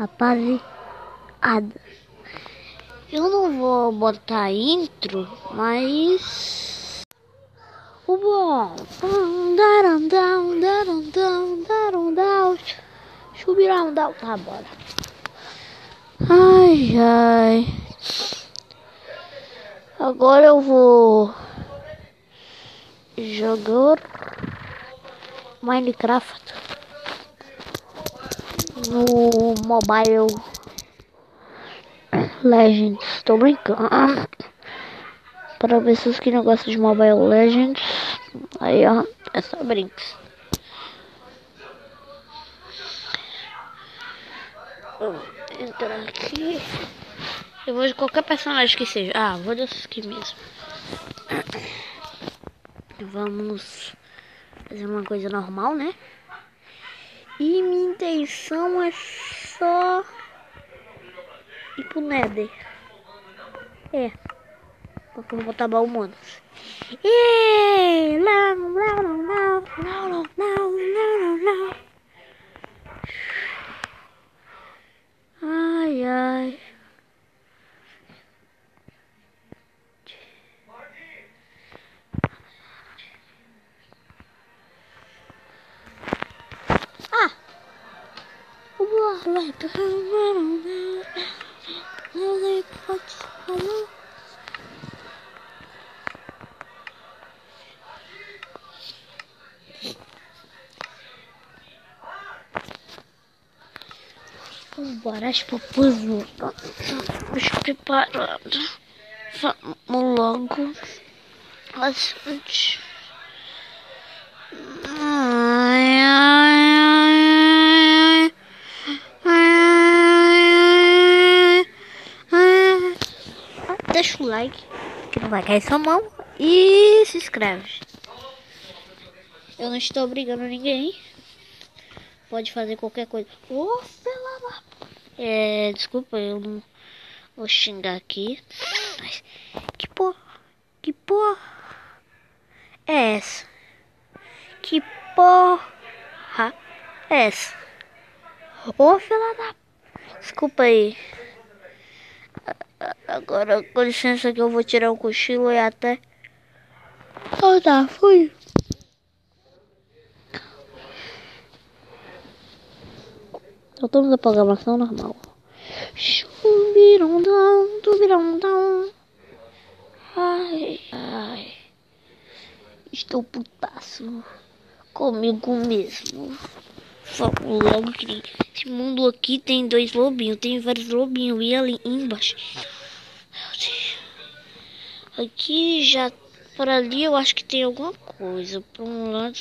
rapaziada. Eu não vou botar intro, mas o bom. Chubirão, tá, bora. Ai, ai. Agora eu vou jogar Minecraft no Mobile Legends. Tô brincando. Para pessoas que não gostam de Mobile Legends, aí ó, é só brinks. Vou entrar aqui. Eu vou de qualquer personagem que seja. Ah, vou desses aqui mesmo. Vamos fazer uma coisa normal, né? E minha intenção é só ir pro Nether. É. Porque eu vou botar baú humanos. Não. Ai, ai. Ah! Bora as papas. Deixa eu preparando. Vamos logo. Deixa o like, que não vai cair sua mão, e se inscreve. Eu não estou obrigando ninguém. Pode fazer qualquer coisa. Desculpa, eu não vou xingar aqui. Mas que porra é essa? Que porra é essa? Desculpa aí. Agora, com licença que eu vou tirar um cochilo e até... tá, fui. Voltamos à programação normal. Tubirão. Ai. Estou putaço comigo mesmo. Vamos logo que esse mundo aqui tem 2 lobinhos. Tem vários lobinhos. E ali embaixo. Aqui já... Por ali eu acho que tem alguma coisa. Por um lado...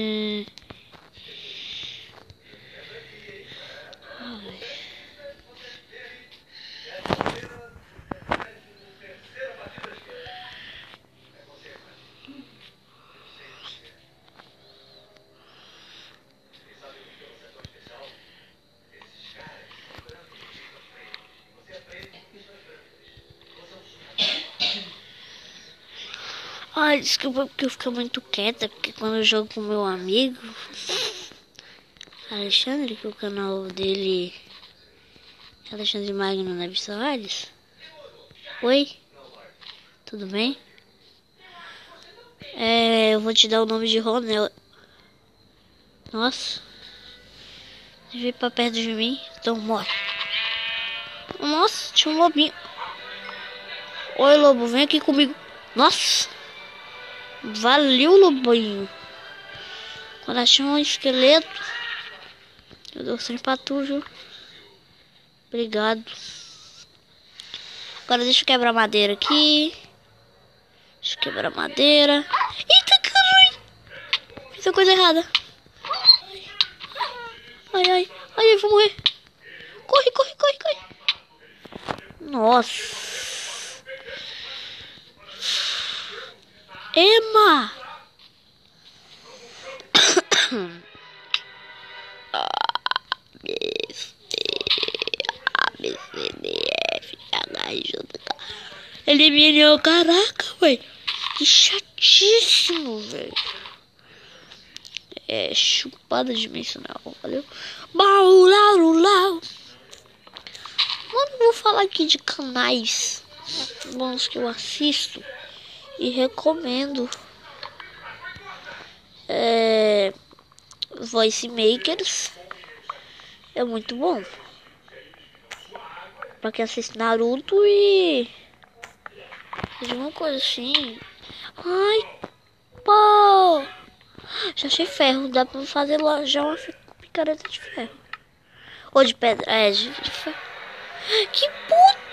Ai, desculpa porque eu fico muito quieta, porque quando eu jogo com meu amigo Alexandre, que o canal dele é Alexandre Magno Neves Soares. Oi, tudo bem? Eu vou te dar o nome de Ronel. Nossa, ele veio pra perto de mim, então morre. Nossa, tinha um lobinho. Oi, lobo, vem aqui comigo. Nossa, valeu, lobinho. Quando achei um esqueleto, eu dou sempre pra tu, viu? Obrigado. Agora deixa eu quebrar a madeira aqui. Eita, caralho! Fiz a coisa errada. Ai, eu vou morrer. Corre. Nossa. Emma. Ele me olhou, caraca, velho. Que chatíssimo, velho. Chupada dimensional, valeu? Bau. falar aqui de canais bons que eu assisto e recomendo. Voice Makers é muito bom pra quem assiste Naruto e de uma coisa assim. Ai, pô, já achei ferro. Dá pra fazer lá já uma picareta de ferro ou de pedra. De ferro. Que puto!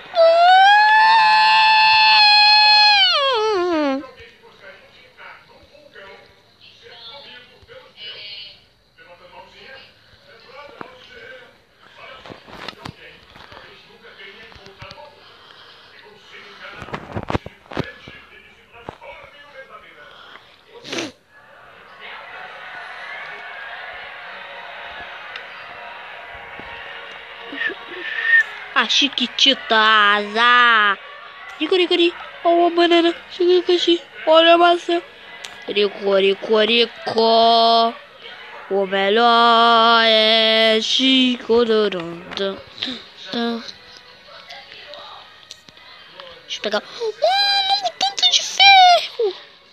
A Chiquititas. Licori, olha a banana. Chiquititas, olha a maçã. Rico. O melhor é Chico. Deixa eu pegar. Mano, tanto de ferro.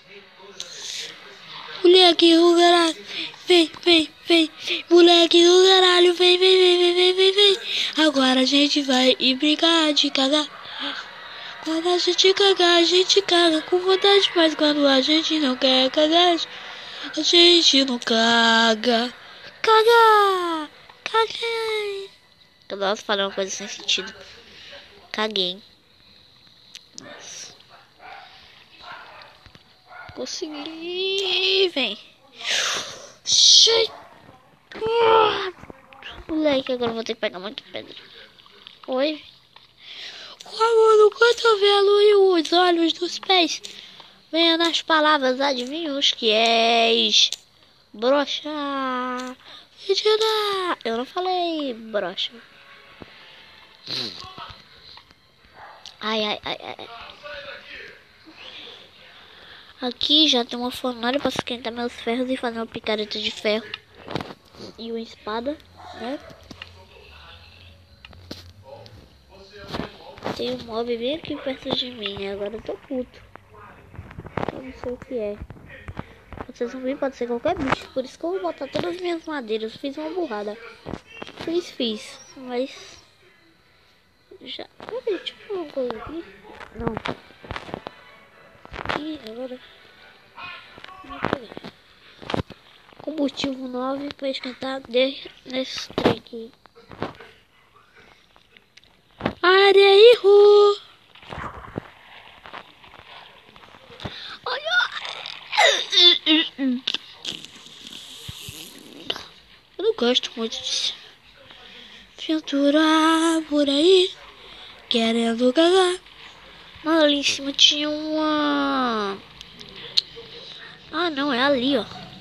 Moleque do caralho. Vem. Moleque do caralho. Vem. Agora a gente vai ir brincar de cagar. Quando a gente cagar, a gente caga com vontade. Mas quando a gente não quer cagar, a gente não caga. Caga. Nossa, falei uma coisa sem sentido. Caguei. Nossa. Consegui. Vem. Moleque, agora eu vou ter que pegar muita pedra. Oi? Mano, cotovelo e os olhos dos pés. Venha nas palavras, adivinha os que és. Broxa. Eu não falei broxa. Ai. Aqui já tem uma fornalha para esquentar meus ferros e fazer uma picareta de ferro. E uma espada, né? Tem um mob bem aqui perto de mim. Agora eu tô puto. Eu não sei o que é. Pode ser zumbi, pode ser qualquer bicho. Por isso que eu vou botar todas as minhas madeiras. Fiz uma burrada. Fiz. Mas... já... Peraí, deixa eu falar uma coisa aqui. Não. Aqui, agora... combustível 9 para esquentar nesse trem aqui. Areia. Eu não gosto muito disso. Pintura por aí, querendo cagar. Mas ali em cima tinha uma... ah, não, é ali, ó.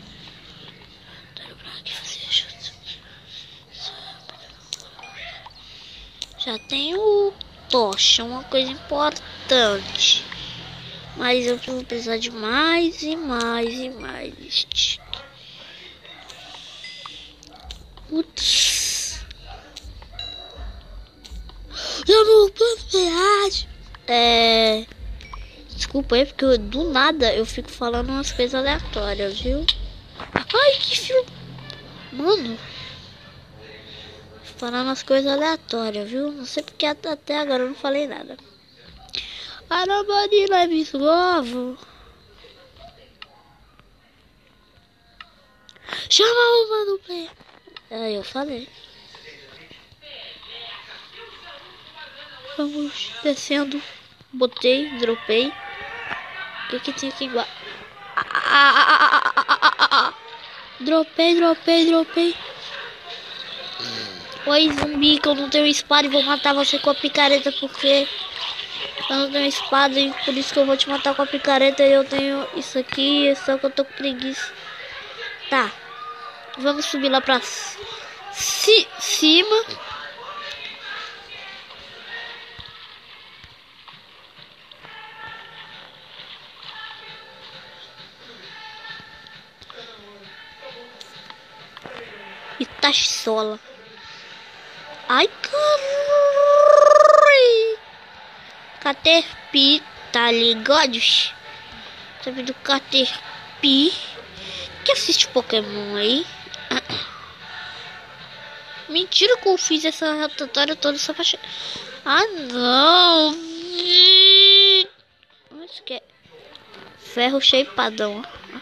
Já tenho tocha, uma coisa importante. Mas eu vou precisar de mais e mais. Putz. Eu não posso desculpa aí, porque do nada eu fico falando umas coisas aleatórias, viu? Ai, que filme. Mano. Falando umas coisas aleatórias, viu? Não sei porque até agora eu não falei nada. Nobody loves love. Chama o mano play. Eu falei. Vamos descendo. Botei, dropei. O que tinha aqui igual? Dropei. Oi, zumbi, que eu não tenho espada e vou matar você com a picareta porque eu não tenho espada e por isso que eu vou te matar com a picareta. E eu tenho isso aqui, só que eu tô com preguiça. Tá, vamos subir lá pra cima. Itachisola. Ai, caralho. Caterpie, tá ligado? Sabe do Caterpie? Que assiste Pokémon aí? Mentira que eu fiz essa rotatória toda só pra... Ah, não! Isso que é ferro shapeadão.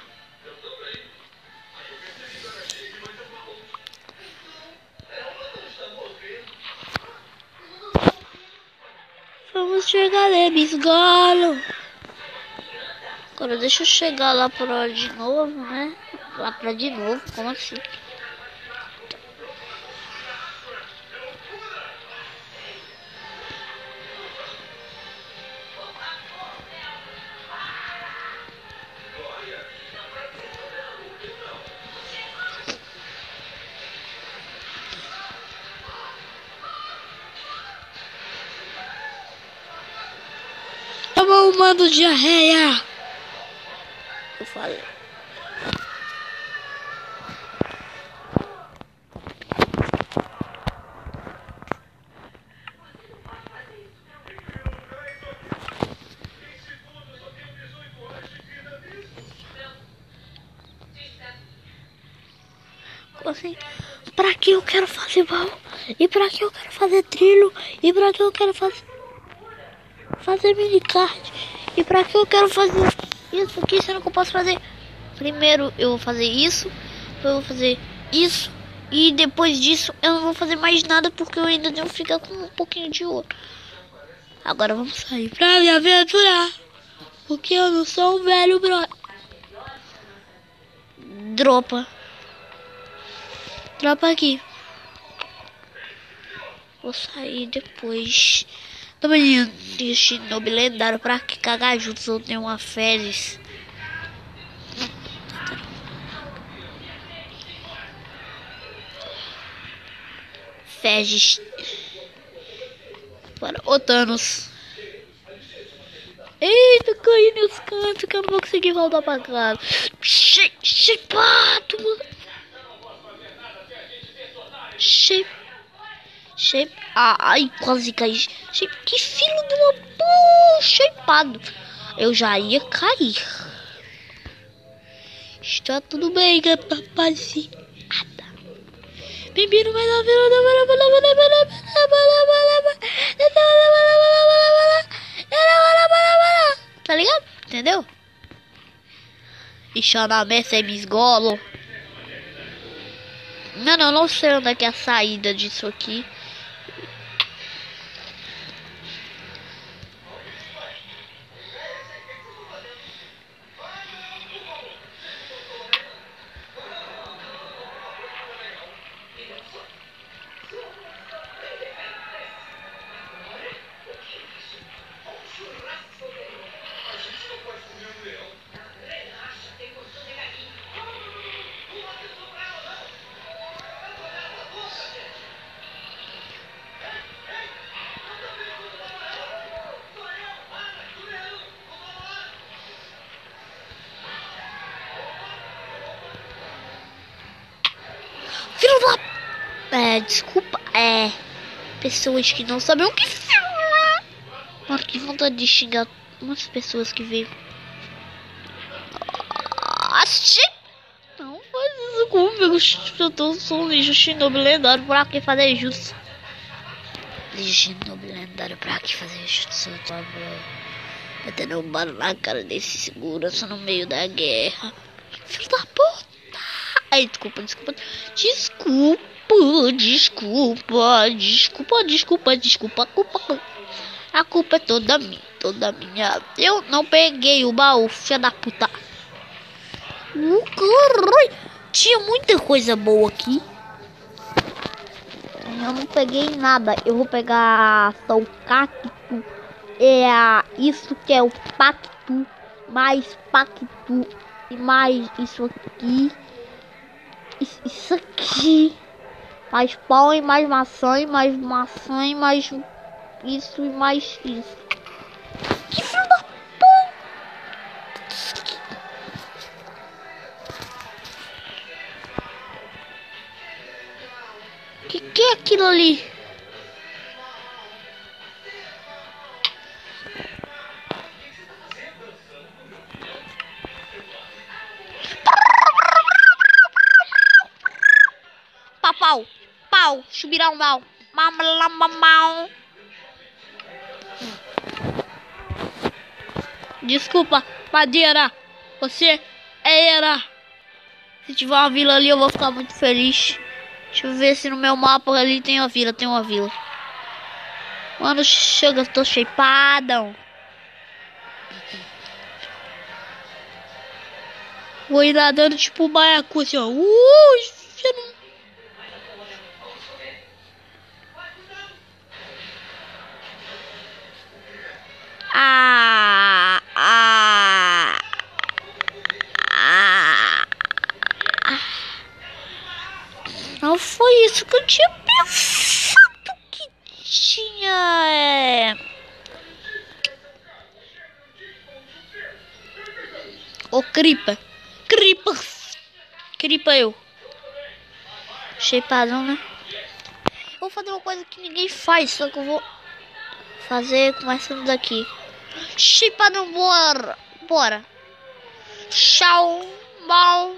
Vamos chegar Lebesgolo. Agora deixa eu chegar lá pra de novo, né? Lá pra de novo, como assim? Eu vou arrumando diarreia. Eu falei. Assim, pra que eu quero fazer baú? E pra que eu quero fazer trilho? E pra que eu quero fazer minicard? E pra que eu quero fazer isso aqui, sendo que eu posso fazer? Primeiro eu vou fazer isso, depois eu vou fazer isso, e depois disso eu não vou fazer mais nada porque eu ainda devo ficar com um pouquinho de ouro. Agora vamos sair pra me aventurar, porque eu não sou um velho bro. Dropa aqui. Vou sair depois. Também tem Shinobi lendário pra que cagar juntos. Eu tenho uma fezes. Fezes. Para o Thanos. Eita, caí nos cantos que eu não vou conseguir voltar pra casa. Shapeado, mano. Shape. Ai, quase caí. Shape, que filho de uma porra. Shapeado. Eu já ia cair. Está tudo bem, rapaziada. Bem-vindo mais uma vez. Tá ligado? Entendeu? E Xanamé me esgolo. Mano, eu não sei onde é que é a saída disso aqui. Filho da... desculpa, pessoas que não sabem o que falar. Mano, que vontade de xingar umas pessoas que veio. Não faz isso comigo. Eu sou um lixo Shinobi lendário pra que fazer justo. Lixo Shinobi lendário pra que fazer justo. Eu tava metendo um bala na cara desse segurança no meio da guerra. Filho da puta. Ai, desculpa. A culpa é toda minha. Eu não peguei o baú, filha da puta. Caralho. Tinha muita coisa boa aqui. Eu não peguei nada. Eu vou pegar só o cacto. Isso que é o pacto. Mais pacto. E mais isso aqui. Isso aqui. Mais pão e mais maçã e mais maçã e mais isso e mais isso. Que filho da puta! Que é aquilo ali? mal. Chubirão mal. Mal. Desculpa, Madeira. Você era. Se tiver uma vila ali, eu vou ficar muito feliz. Deixa eu ver se no meu mapa ali tem uma vila. Tem uma vila. Mano, chega, eu tô shapeado. Vou ir nadando tipo baiacu, assim, ó. Ah, ah, ah, ah. Não foi isso que eu tinha pensado que tinha. Ô, Cripa. Cripa eu. Shapeadão, né? Vou fazer uma coisa que ninguém faz, só que eu vou fazer começando daqui. Shapeadão, bora. Tchau. Mal.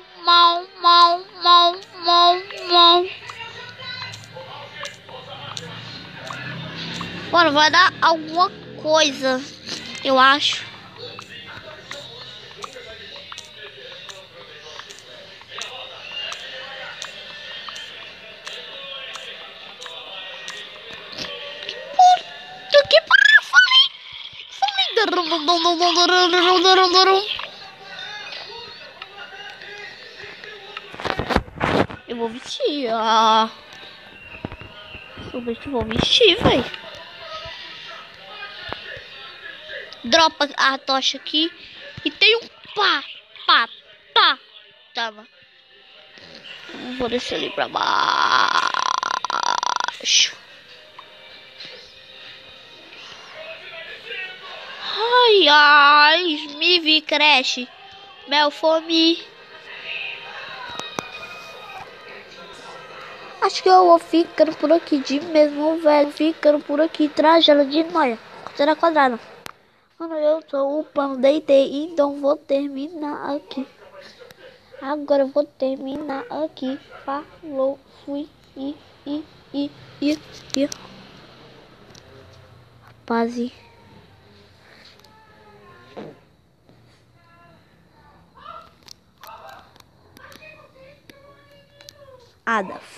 Mano, vai dar alguma coisa, eu acho. Puta que pariu, falei. Eu vou vestir, eu vou vestir, véi. Dropa a tocha aqui. E tem um pá. Tava. Vou descer ali pra baixo. Ai, Smith Crash. Melfome. Acho que eu vou ficando por aqui de mesmo, velho. Ficando por aqui, trajando de noia. Será quadrado. Mano, eu tô upando, deitei, então vou terminar aqui. Agora eu vou terminar aqui. Falou, fui, e. Rapazi. Ada.